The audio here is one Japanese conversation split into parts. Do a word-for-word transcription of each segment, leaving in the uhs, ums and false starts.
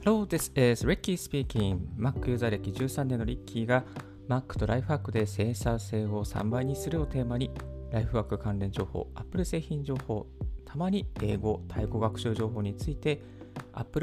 Hello, this is Ricky speaking. Mac ユーザー歴じゅうさんねんのリッキーが Mac とライフハックで生産性をさんばいにするをテーマにライフワーク関連情報、Apple 製品情報、たまに英語、タイ語学習情報について Apple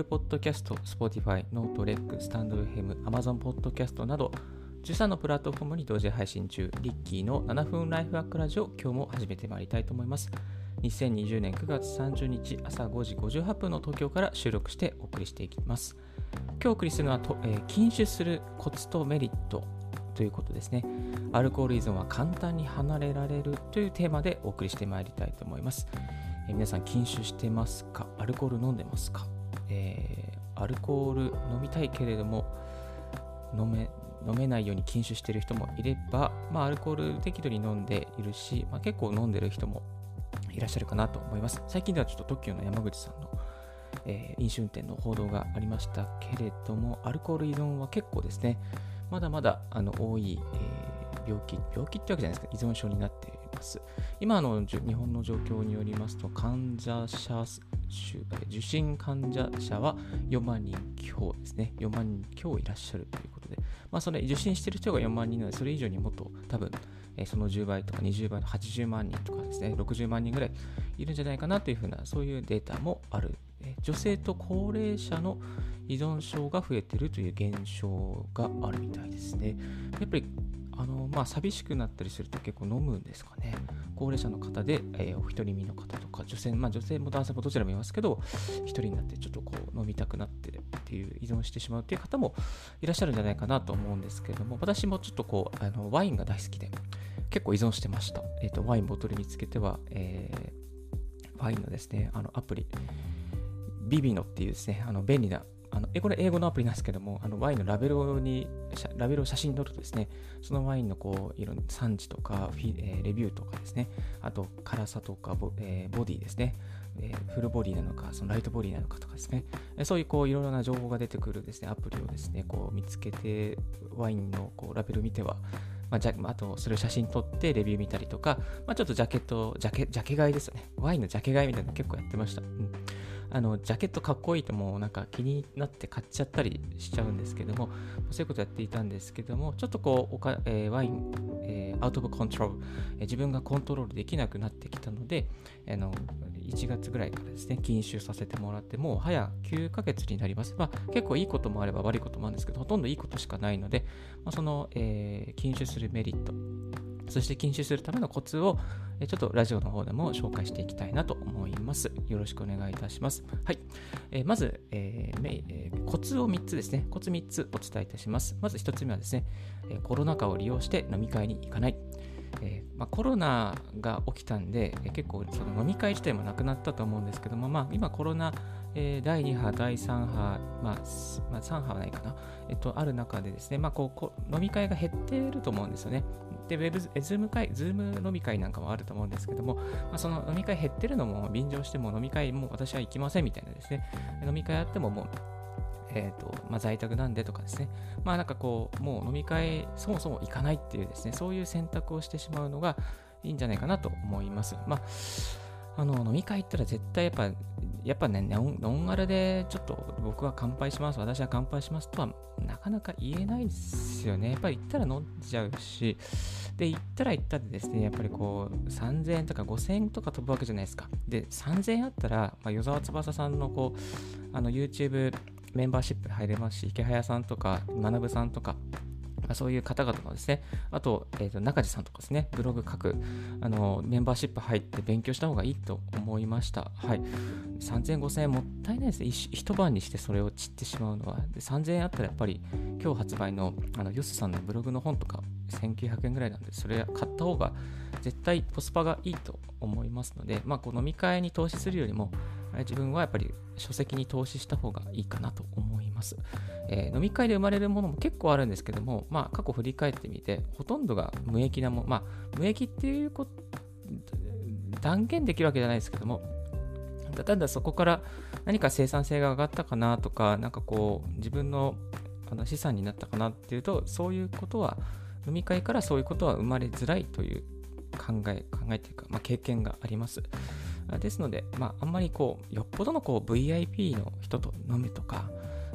Podcast、Spotify、NoteLeg、StandFM、Amazon Podcast などじゅうさんのプラットフォームに同時配信中、リッキーのななふんライフワークラジオ、今日も始めてまいりたいと思います。にせんにじゅうねんくがつさんじゅうにち朝ごじごじゅうはっぷんの東京から収録してお送りしていきます。今日お送りするのはと、えー、禁酒するコツとメリットということですね。アルコール依存は簡単に離れられるというテーマでお送りしてまいりたいと思います。えー、皆さん禁酒してますか？アルコール飲んでますか？えー、アルコール飲みたいけれども飲め飲めないように禁酒している人もいれば、まあ、アルコール適度に飲んでいるし、まあ、結構飲んでる人もいらっしゃるかなと思います。最近ではちょっと トキオ の山口さんの、えー、飲酒運転の報道がありましたけれども、アルコール依存は結構ですね、まだまだあの多い、えー、病気、病気ってわけじゃないですか、依存症になっています。今の日本の状況によりますと、患者者数、受診患者者はよんまんにん強ですね。よんまんにん強いらっしゃるということで、まあ、それ受診している人がよんまんにんなので、それ以上にもっと多分、えー、そのじゅうばいとかにじゅうばいのはちじゅうまんにんとかですね、ろくじゅうまんにんぐらいいるんじゃないかなというふうな、そういうデータもある。えー、女性と高齢者の依存症が増えているという現象があるみたいですね。やっぱりあのまあ、寂しくなったりすると結構飲むんですかね。高齢者の方で、えー、お一人身の方とか女性、まあ、女性も男性もどちらもいますけど、一人になってちょっとこう飲みたくなってっていう依存してしまうという方もいらっしゃるんじゃないかなと思うんですけれども、私もちょっとこうあのワインが大好きで結構依存してました。えーと、ワインボトルにつけては、えー、ワインのですね、あのアプリビビノっていうですね、あの便利なあのこれ英語のアプリなんですけども、あのワインのラベルにラベルを写真に撮るとですね、そのワインのこういろんな産地とかフィ、えー、レビューとかですね、あと辛さとか ボ,、えー、ボディですね、えー、フルボディなのかそのライトボディなのかとかですね、そういうこういろいろな情報が出てくるですねアプリをですねこう見つけて、ワインのこうラベルを見ては、まあ、じゃあとそれを写真撮ってレビュー見たりとか、まあ、ちょっとジャケットジャケジャケ買いですよね。ワインのジャケ買いみたいなの結構やってました。うん、あのジャケットかっこいいともうなんか気になって買っちゃったりしちゃうんですけども、そういうことやっていたんですけども、ちょっとこうおか、えー、ワイン、えー、アウトオブコントロール、えー、自分がコントロールできなくなってきたので、あのいちがつぐらいからですね禁酒させてもらって、もう早きゅうかげつになります。まあ、結構いいこともあれば悪いこともあるんですけど、ほとんどいいことしかないので、まあ、その、えー、禁酒するメリット、そして禁酒するためのコツをちょっとラジオの方でも紹介していきたいなと思います。よろしくお願いいたします。はい。えー、まず、えーえー、コツをみっつですね。コツみっつお伝えいたします。まずひとつめはですね、コロナ禍を利用して飲み会に行かない。えーまあ、コロナが起きたんで、えー、結構その飲み会自体もなくなったと思うんですけども、まあ、今コロナ、えー、だいに波、だいさん波、まあまあ、さん波はないかな、えっと、ある中でですね、まあ、こうこう飲み会が減っていると思うんですよね。で、ウェブ、ズーム会、ズーム飲み会なんかもあると思うんですけども、まあ、その飲み会減ってるのも便乗しても飲み会も私は行きませんみたいなですね、飲み会あってももう、えーとまあ、在宅なんでとかですね、まあなんかこう、もう飲み会そもそも行かないっていうですね、そういう選択をしてしまうのがいいんじゃないかなと思います。まあ、あの飲み会行ったら絶対やっぱ、やっぱね、ノン、ノンアルでちょっと僕は乾杯します、私は乾杯しますとはなかなか言えないですよね。やっぱり行ったら飲んじゃうし、で、行ったら行ったでですね、やっぱりこう、さんぜんえんとかごせんえんとか飛ぶわけじゃないですか。で、さんぜんえんあったら、まあ、与沢翼さんのこう、あの YouTube メンバーシップ入れますし、池早さんとか、学さんとか、まあ、そういう方々のですね、あと、えーと、中地さんとかですね、ブログ書く、あの、メンバーシップ入って勉強した方がいいと思いました。はい。さんぜんえん、ごせんえんもったいないですね。一晩にしてそれを散ってしまうのは。で、さんぜんえんあったらやっぱり、今日発売の、あの、ヨスさんのブログの本とか、せんきゅうひゃくえんぐらいなんで、それ買った方が絶対コスパがいいと思いますので、まあ、こう飲み会に投資するよりも、自分はやっぱり書籍に投資した方がいいかなと思います。えー、飲み会で生まれるものも結構あるんですけども、まあ、過去振り返ってみて、ほとんどが無益なもの、まあ、無益っていうこと、断言できるわけじゃないですけども、ただそこから何か生産性が上がったかなとか、なんかこう、自分のあの資産になったかなっていうと、そういうことは、飲み会からそういうことは生まれづらいという考え、考えというか、まあ、経験があります。ですので、まあ、あんまりこう、よっぽどのこう ブイアイピー の人と飲むとか、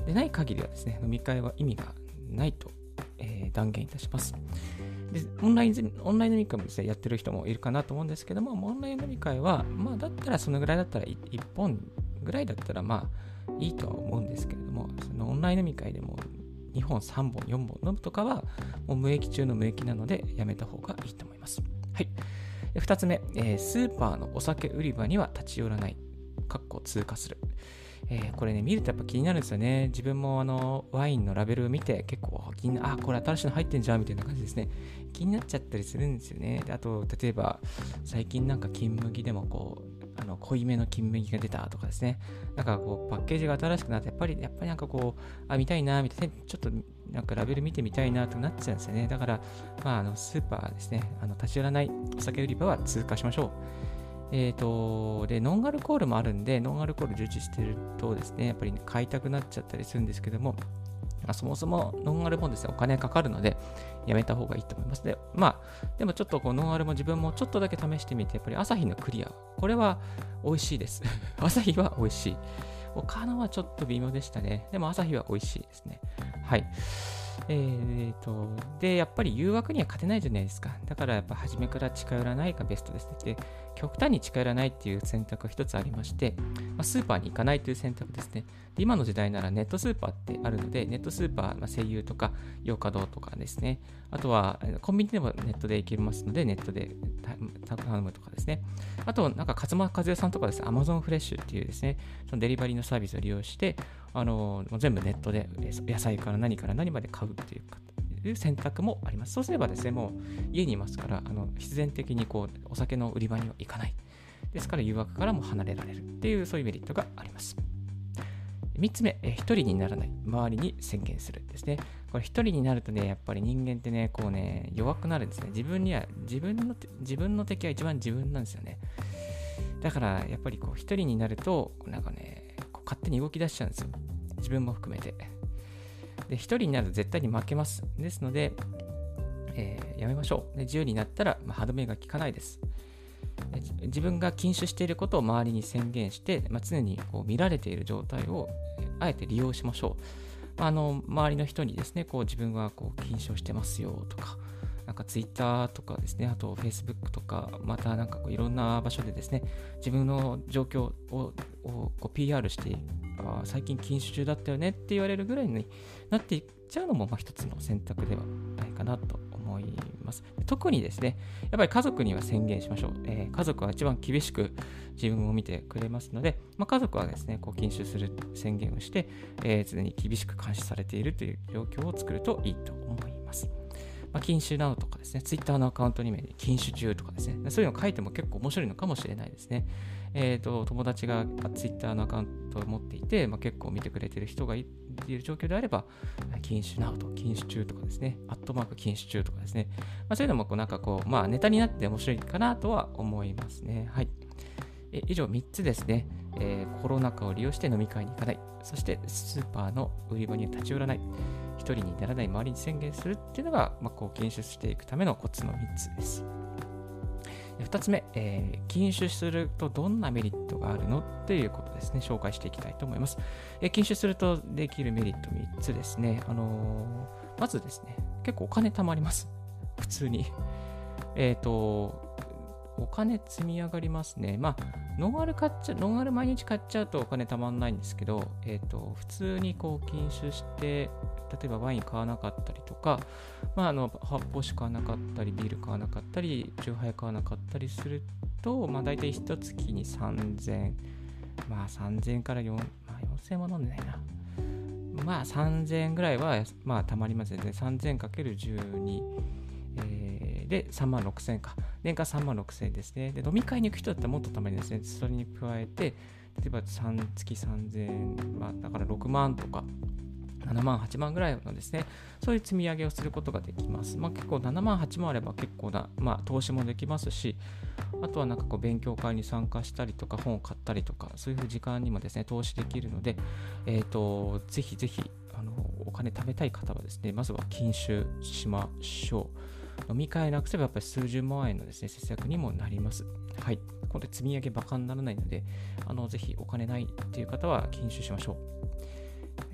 でない限りはですね、飲み会は意味がないと、えー断言いたします。でオンライン、オンライン飲み会もですね、やってる人もいるかなと思うんですけども、オンライン飲み会は、まあ、だったらそのぐらいだったら、いっぽんぐらいだったら、まあ、いいとは思うんですけれども、そのオンライン飲み会でもにほん、さんぼん、よんぼん飲むとかは、もう無益中の無益なので、やめた方がいいと思います。はい。でふたつめ、えースーパーのお酒売り場には立ち寄らない。かっこ通過する。えーこれね、見るとやっぱ気になるんですよね。自分もあのワインのラベルを見て結構気にな、あ、これ新しいの入ってんじゃんみたいな感じですね。気になっちゃったりするんですよね。であと、例えば最近なんか金麦でもこう、あの濃いめの金麦が出たとかですね。なんかこうパッケージが新しくなって、やっぱり、やっぱりなんかこう、あ、見たいな、みたいな、ちょっとなんかラベル見てみたいなとなっちゃうんですよね。だから、まあ、あのスーパーですね、あの立ち寄らないお酒売り場は通過しましょう。えーと、で、ノンアルコールもあるんで、ノンアルコール重視してるとですね、やっぱり、ね、買いたくなっちゃったりするんですけども、まあ、そもそもノンアルもですね、お金かかるので、やめた方がいいと思います。で、まあ、でもちょっとこうノンアルも自分もちょっとだけ試してみて、やっぱりアサヒのクリア、これは美味しいです。アサヒは美味しい。他のはちょっと微妙でしたね。でもアサヒは美味しいですね。はい。えーと、で、やっぱり誘惑には勝てないじゃないですか。だからやっぱ初めから近寄らないがベストですね。で、極端に近寄らないっていう選択が一つありまして、まあ、スーパーに行かないという選択ですね。で、今の時代ならネットスーパーってあるので、ネットスーパー、まあ、西友とかヨーカドーとかですね。あとはコンビニでもネットで行けますので、ネットで頼むとかですね。あと、なんか勝間和代さんとかですね、Amazon フレッシュっていうですね、そのデリバリーのサービスを利用して、あのもう全部ネットで野菜から何から何まで買うっていうかいう選択もあります。そうすればですね、もう家にいますから、あの必然的にこうお酒の売り場には行かない。ですから誘惑からも離れられるっていうそういうメリットがあります。みっつめ、えー、一人にならない。周りに宣言するですね。これ一人になるとね、やっぱり人間ってね、こうね、弱くなるんですね。自分には、自分の、自分の敵は一番自分なんですよね。だから、やっぱりこう一人になると、なんかね、こう勝手に動き出しちゃうんですよ。自分も含めて。で、一人になると絶対に負けます。ですので、えーやめましょう。で自由になったら、まあ、歯止めが効かないです。で自分が禁酒していることを周りに宣言して、まあ、常にこう見られている状態をあえて利用しましょう。あの周りの人にですね、こう自分はこう禁酒をしてますよとか、なんかツイッターとかですね、あとフェイスブックとか、またなんかこういろんな場所でですね、自分の状況ををこう ピーアール して、あ最近禁酒中だったよねって言われるぐらいになっていっちゃうのもまあ一つの選択ではないかなと思います。特にですね、やっぱり家族には宣言しましょう。えー家族は一番厳しく自分を見てくれますので、まあ、家族はですね、こう禁酒する宣言をして、えー常に厳しく監視されているという状況を作るといいと思います。まあ、禁酒などとかですね、ツイッターのアカウントに名禁酒中とかですね、そういうのを書いても結構面白いのかもしれないですね。えっ、と、友達がツイッターのアカウントを持っていて、まあ、結構見てくれている人がいる状況であれば、禁酒などとか禁酒中とかですね、アットマーク禁酒中とかですね、まあ、そういうのもこうなんかこう、まあネタになって面白いかなとは思いますね。はい。え以上みっつですね、えーコロナ禍を利用して飲み会に行かない。そしてスーパーの売り場に立ち寄らない。一人にならない周りに宣言するっていうのが、まあ、こう禁酒していくためのコツのみっつです。ふたつめ、えー禁酒するとどんなメリットがあるのっていうことですね、紹介していきたいと思います。えー禁酒するとできるメリットみっつですね。あのーまずですね、結構お金貯まります。普通に。えっ、と、お金積み上がりますね。まあ、ノンアル買っちゃ、ノンアル毎日買っちゃうとお金貯まんないんですけど、えっ、と、普通にこう禁酒して、例えばワイン買わなかったりとか、まあ、あの発泡酒買わなかったり、ビール買わなかったり、酎ハイ買わなかったりすると、まあ、大体一月にさんぜん、まあ、さんぜんからよん、まあ、よんせんは飲んでないな。まあ、さんぜんえんぐらいは、まあ、貯まりますね。さんぜんかけるじゅうに、えー、で、さんまんろくせんか。年間さんまんろくせんえんですね。で、飲み会に行く人だったらもっと貯まりますね。それに加えて、例えばさん月さんぜんえん、まあ、だからろくまんとか、ななまん、はちまんぐらいのですね、そういう積み上げをすることができます。まあ、結構ななまん、はちまんあれば結構な、まあ、投資もできますし、あとはなんかこう勉強会に参加したりとか、本を買ったりとか、そういう時間にもですね、投資できるので、えっと、ぜひぜひ、あの、お金貯めたい方はですね、まずは禁酒しましょう。飲み会なくせばやっぱり数十万円のですね、節約にもなります。はい。これ積み上げバカにならないので、あの、ぜひお金ないっていう方は禁酒しましょう。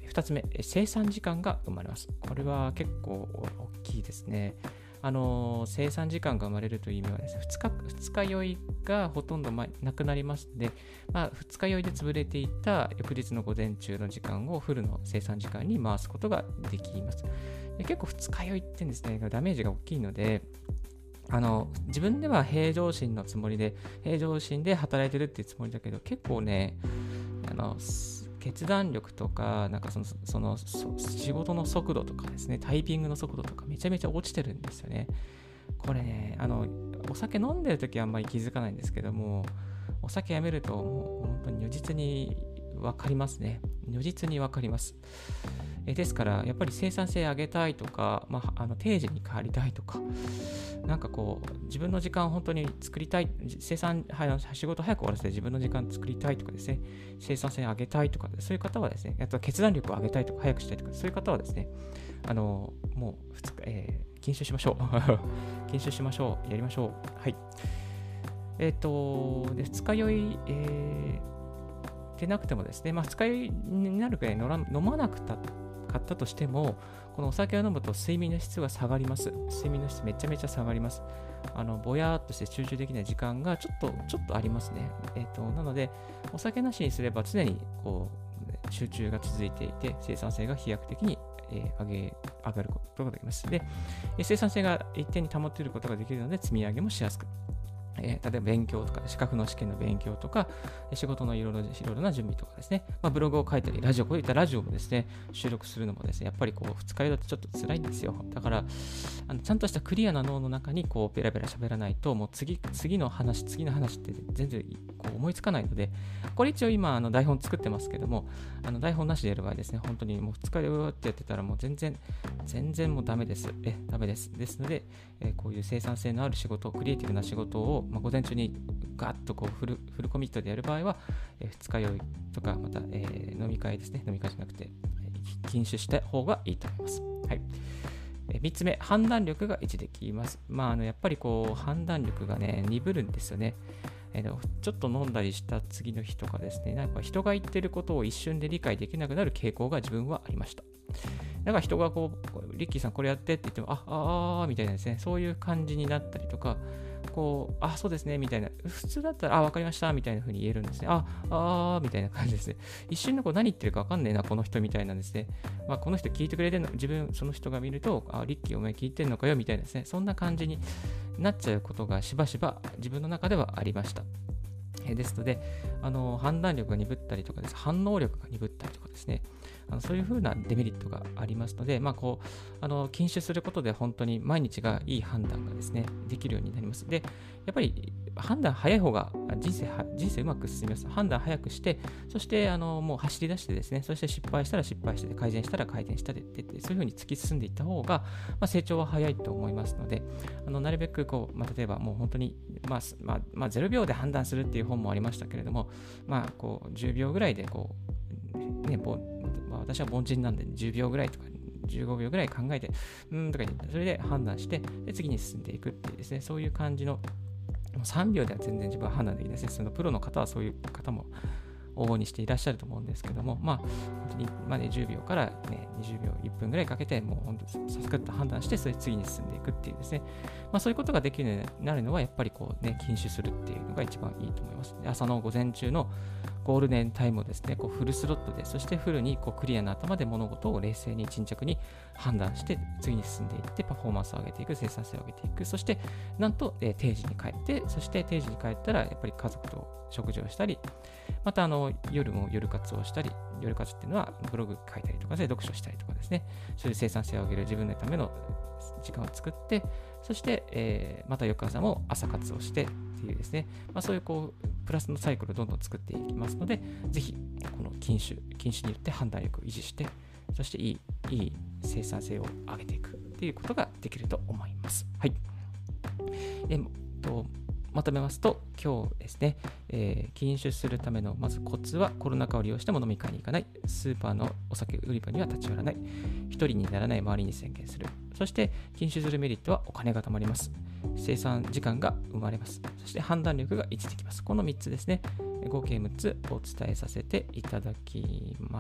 ふたつめ、生産時間が生まれます。これは結構大きいですね。あの生産時間が生まれるという意味はですね、ふつか、二日酔いがほとんどなくなりますので、まあ、二日酔いで潰れていた翌日の午前中の時間をフルの生産時間に回すことができます。で結構二日酔いってですね、ダメージが大きいので、あの自分では平常心のつもりで、平常心で働いてるっていうつもりだけど、結構ね、あの決断力とか、なんかその、その仕事の速度とかですね、タイピングの速度とかめちゃめちゃ落ちてるんですよね。これね、あの、お酒飲んでるときはあんまり気づかないんですけども、お酒やめるともう本当に如実に分かりますね。如実に分かります。えですから、やっぱり生産性上げたいとか、まあ、あの定時に帰りたいとか、なんかこう、自分の時間を本当に作りたい、生産、仕事早く終わらせて自分の時間作りたいとかですね、生産性上げたいとか、そういう方はですね、あと決断力を上げたいとか、早くしたいとか、そういう方はですね、あの、もうふつか、えー、禁酒しましょう。禁酒しましょう。やりましょう。はい。えっ、ー、と、で、二日酔い、えー、でなくてもですね、まあ、二日酔いになるくらい飲まなくたって買ったとしても、このお酒を飲むと睡眠の質が下がります。睡眠の質めちゃめちゃ下がります。あのぼやーっとして集中できない時間がちょっとちょっとありますね。えっとなのでお酒なしにすれば常にこう集中が続いていて生産性が飛躍的に、えー、上げ上がることができます。で、生産性が一定に保っていることができるので積み上げもしやすく。えー、例えば勉強とか、資格の試験の勉強とか、仕事のいろいろな準備とかですね、まあ、ブログを書いたり、ラジオ、こういったラジオもですね、収録するのもですね、やっぱりこう、二日酔いだとちょっと辛いんですよ。だから、あのちゃんとしたクリアな脳の中に、こう、ベラベラ喋らないと、もう次、次の話、次の話って全然こう思いつかないので、これ一応今、あの台本作ってますけども、あの台本なしでやる場合ですね、本当にもう二日酔いってやってたら、もう全然、全然もうダメです。え、ダメです。ですので、えー、こういう生産性のある仕事、クリエイティブな仕事を、まあ、午前中にガッとこうフル、フルコミットでやる場合は、えー、二日酔いとか、また、えー、飲み会ですね、飲み会じゃなくて、禁酒した方がいいと思います。はい。えー、みっつめ、判断力が維持できます。まあ、あのやっぱりこう、判断力がね、鈍るんですよね。えー、ちょっと飲んだりした次の日とかですね、なんか人が言ってることを一瞬で理解できなくなる傾向が自分はありました。だから人がこう、リッキーさんこれやってって言っても、あ、あーみたいなですね、そういう感じになったりとか、こう、あ、そうですね、みたいな、普通だったら、あ、わかりました、みたいな風に言えるんですね。あ、あー、みたいな感じですね。一瞬のこう何言ってるかわかんねえな、この人みたいなんですね。まあ、この人聞いてくれてるの、自分、その人が見ると、あ、リッキーお前聞いてんのかよ、みたいなですね。そんな感じになっちゃうことがしばしば自分の中ではありました。ですので、あの判断力が鈍ったりとかです、反応力が鈍ったりとかですね、あのそういうふうなデメリットがありますので、まあ、こうあの禁酒することで本当に毎日がいい判断がですね、できるようになります。で、やっぱり判断早い方が人生人生うまく進みます。判断早くして、そしてあのもう走り出してですね、そして失敗したら失敗して、改善したら改善したでってって、そういうふうに突き進んでいった方が、まあ、成長は早いと思いますので、あのなるべくこう、まあ、例えばもう本当に、まあまあまあ、ゼロびょうで判断するっていう本もありましたけれども、まあ、こうじゅうびょうぐらいでこう、ね、ぼまあ、私は凡人なんでじゅうびょうぐらいとかじゅうごびょうぐらい考えて、うーんとか言って、それで判断して、で次に進んでいくっていうですね、そういう感じの、さんびょうでは全然自分は判断できないですね。そのプロの方はそういう方も往々にしていらっしゃると思うんですけども、まあ、本当に、まあね、じゅうびょうから、ね、にじゅうびょう、いっぷんぐらいかけて、もう本当にささくっと判断して、それ次に進んでいくっていうですね、まあ、そういうことができるようになるのは、やっぱりこうね、禁酒するっていうのが一番いいと思います。で、朝の午前中のゴールデンタイムをですね、こうフルスロットで、そしてフルにこうクリアな頭で物事を冷静に沈着に判断して、次に進んでいって、パフォーマンスを上げていく、生産性を上げていく、そして、なんと、えー、定時に帰って、そして定時に帰ったら、やっぱり家族と食事をしたり、またあの夜も夜活をしたり、夜活っていうのはブログ書いたりとかで読書したりとかですね、そういう生産性を上げる自分のための時間を作って、そして、えー、また翌朝も朝活をしてっていうですね、まあ、そういうこうプラスのサイクルをどんどん作っていきますので、ぜひこの禁酒、禁酒によって判断力を維持して、そしていい、いい生産性を上げていくっていうことができると思います。はい。えー、とまとめますと、今日ですね、えー、禁酒するためのまずコツは、コロナ禍を利用しても飲み会に行かない、スーパーのお酒売り場には立ち寄らない、一人にならない、周りに宣言する、そして禁酒するメリットはお金が貯まります、生産時間が生まれます、そして判断力が維持できます。このみっつですね、合計むっつお伝えさせていただきました。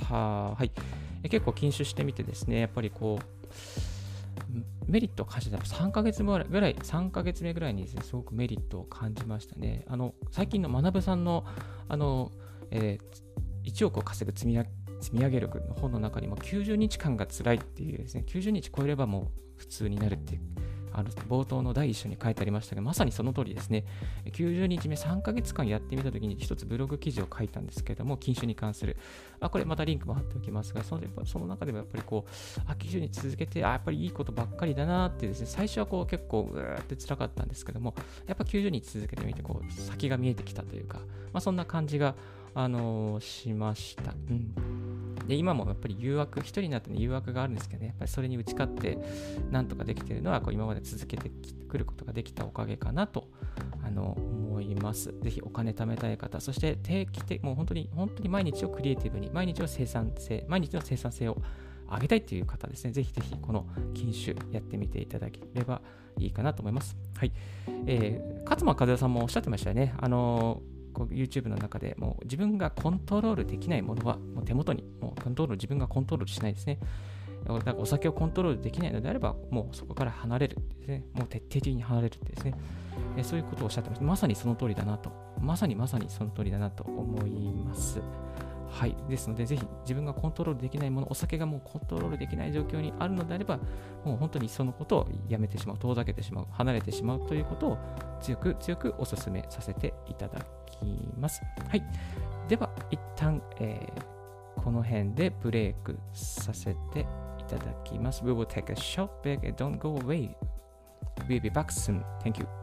た。はい。結構禁酒してみてですね、やっぱりこう、メリットを感じたさんかげつぐらい、さんかげつめぐらいにですね、すごくメリットを感じましたね。あの、最近の学さんの、あの、えー、いちおくを稼ぐ積み上げ積み上げ力の本の中にもきゅうじゅうにちかんが辛いっていうですね、きゅうじゅうにち超えればもう普通になるっていう、あの冒頭の第一章に書いてありましたが、まさにその通りですね。きゅうじゅうにちめさんかげつかんやってみたときに一つブログ記事を書いたんですけれども、禁酒に関する。あ、これまたリンクも貼っておきますが、そのその中でもやっぱりこう、あ、きゅうじゅうにち続けて、あ、やっぱりいいことばっかりだなってですね、最初はこう結構うーって辛かったんですけども、やっぱきゅうじゅうにち続けてみて、こう、先が見えてきたというか、まあそんな感じが、あのー、しました。うん。で今もやっぱり誘惑、一人になっての誘惑があるんですけどね、やっぱりそれに打ち勝ってなんとかできているのはこう今まで続けてくることができたおかげかなとあの思います。ぜひお金貯めたい方、そして定期的、もう本当に本当に毎日をクリエイティブに、毎日を生産性、毎日の生産性を上げたいという方ですね、ぜひぜひこの禁酒やってみていただければいいかなと思います。はい。えー、勝間和代さんもおっしゃってましたよね。あのーこう YouTube の中でもう自分がコントロールできないものはもう手元にもうコントロール自分がコントロールしないですね。だからお酒をコントロールできないのであればもうそこから離れるですね。もう徹底的に離れるですね。えそういうことをおっしゃってます。まさにその通りだなと。まさにまさにその通りだなと思います。はい。ですので、ぜひ自分がコントロールできないもの、お酒がもうコントロールできない状況にあるのであれば、もう本当にそのことをやめてしまう、遠ざけてしまう、離れてしまうということを強く強くお勧めさせていただきます。はい。では、一旦、えー、この辺でブレイクさせていただきます。We will take a short break and don't go away. We'll be back soon. Thank you.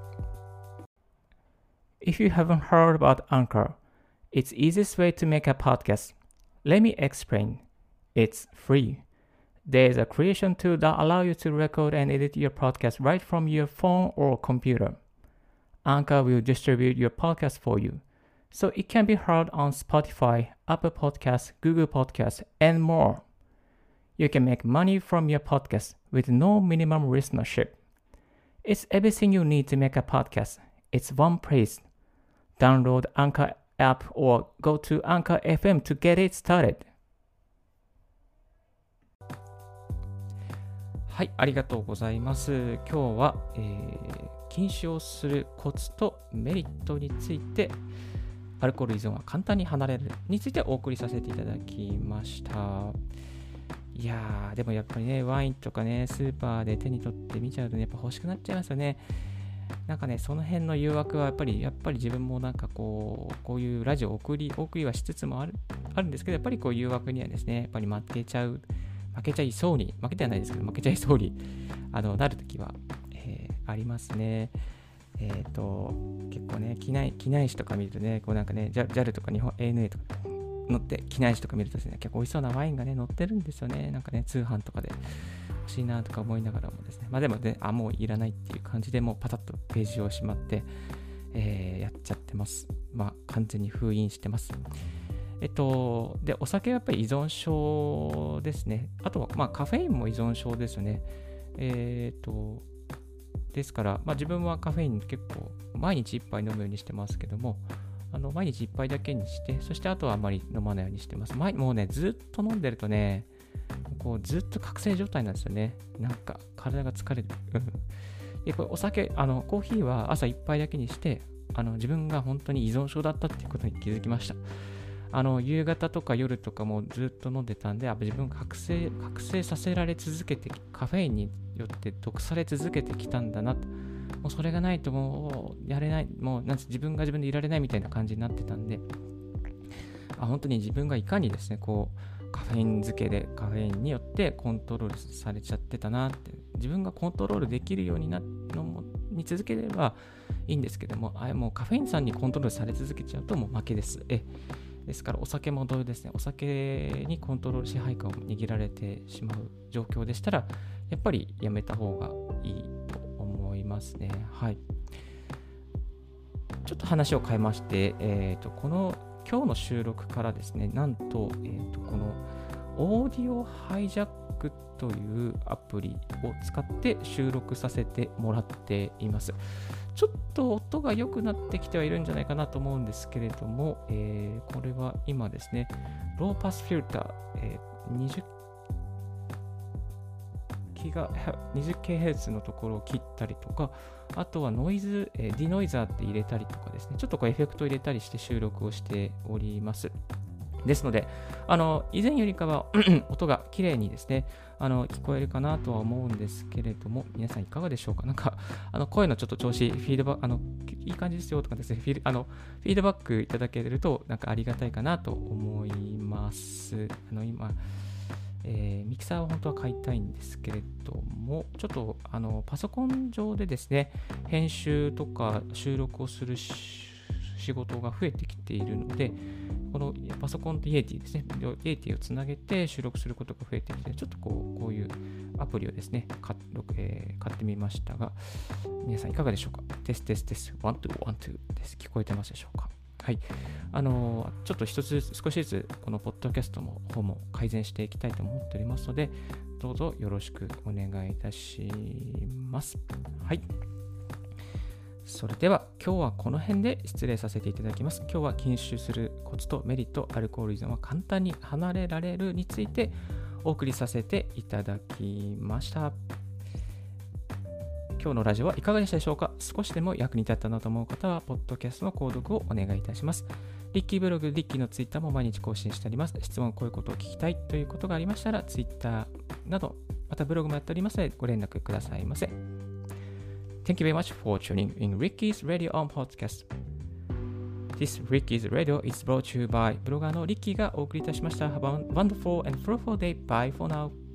If you haven't heard about Anchor, it's the easiest way to make a podcast. Let me explain. It's free. There is a creation tool that allows you to record and edit your podcast right from your phone or computer. Anchor will distribute your podcast for you, so it can be heard on Spotify, Apple Podcasts, Google Podcasts, and more. You can make money from your podcast with no minimum listenership. It's everything you need to make a podcast. It's one place. Download Anchor app or go to Anchor エフエム to get it started. はい、ありがとうございます。今日は、えー、禁酒をするコツとメリットについて、アルコール依存は簡単に離れるについてお送りさせていただきました。いやー、でもやっぱりね、ワインとかね、スーパーで手に取って見ちゃうとね、やっぱ欲しくなっちゃいますよね。なんかね、その辺の誘惑はやっぱり、やっぱり自分もなんかこう、こういうラジオを送り、お送りはしつつもある、あるんですけど、やっぱりこう誘惑にはですね、やっぱり負けちゃう、負けちゃいそうに、負けてはないですけど、負けちゃいそうにあのなるときは、えー、ありますね。えっ、ー、と、結構ね、機内、機内誌とか見るとね、こうなんかね、ジャル とか日本 エーエヌエー とか乗って、機内誌とか見るとですね、結構美味しそうなワインがね、載ってるんですよね。なんかね、通販とかで。欲しいなとか思いながらもですね、まあでもね、あ、もういらないっていう感じでもうパタッとページをしまって、えー、やっちゃってます。まあ完全に封印してます。えっと、で、お酒はやっぱり依存症ですね。あとは、まあカフェインも依存症ですよね。えー、っと、ですから、まあ自分はカフェイン結構毎日いっぱい飲むようにしてますけども、あの毎日いっぱいだけにして、そしてあとはあまり飲まないようにしてます。毎もうね、ずっと飲んでるとね、こうずっと覚醒状態なんですよね。なんか体が疲れる。でこれお酒あの、コーヒーは朝いっぱいだけにして、あの自分が本当に依存症だったっていうことに気づきました。あの夕方とか夜とかもずっと飲んでたんで、自分が覚醒、覚醒させられ続けて、カフェインによって毒され続けてきたんだなと。もうそれがないともうやれない、もうなん自分が自分でいられないみたいな感じになってたんで、あ本当に自分がいかにですね、こうカフェイン漬けでカフェインによってコントロールされちゃってたなって、自分がコントロールできるようになのに続ければいいんですけども、あもうカフェインさんにコントロールされ続けちゃうともう負けです。えですからお酒も同様ですね、お酒にコントロール支配下を握られてしまう状況でしたら、やっぱりやめた方がいいと思いますね。はい。ちょっと話を変えまして、えーと、この今日の収録からですね、なんと、えーと、このオーディオハイジャックというアプリを使って収録させてもらっています。ちょっと音が良くなってきてはいるんじゃないかなと思うんですけれども、えー、これは今ですね、ローパスフィルター、えー、にじゅっキロヘルツ のところを切ったりとか、あとはノイズ、えー、ディノイザーって入れたりとかですね、ちょっとこうエフェクト入れたりして収録をしております。ですので、あの以前よりかは音が綺麗にですね、あの聞こえるかなとは思うんですけれども、皆さんいかがでしょうか。なんかあの声のちょっと調子、フィードバック、あのいい感じですよとかですね、フィーあのフィードバックいただけるとなんかありがたいかなと思います。あの今、えー、ミキサーを本当は買いたいんですけれども、ちょっとあのパソコン上でですね、編集とか収録をする仕事が増えてきているので、このパソコンとイエティですね、イエティをつなげて収録することが増えてきて、ちょっとこうこういうアプリをですね、買, えー、買ってみましたが、皆さんいかがでしょうか。テステステス、ワン、ツー、ワン、ツーです。聞こえてますでしょうか。はい。あのー、ちょっと一つずつ、少しずつ、このポッドキャストの方も改善していきたいと思っておりますので、どうぞよろしくお願いいたします。はい。それでは今日はこの辺で失礼させていただきます。今日は禁酒するコツとメリット、アルコール依存は簡単に離れられるについてお送りさせていただきました。今日のラジオはいかがでしたでしょうか。少しでも役に立ったなと思う方は、ポッドキャストの購読をお願いいたします。リッキーブログ、リッキーのツイッターも毎日更新しております。質問、こういうことを聞きたいということがありましたら、ツイッターなど、またブログもやっておりますので、ご連絡くださいませ。Thank you very much for tuning in Ricky's Radio on Podcast. This Ricky's Radio is brought to you by ブロガーのリッキーがお送りいたしました。Have a wonderful and fruitful day. Bye for now.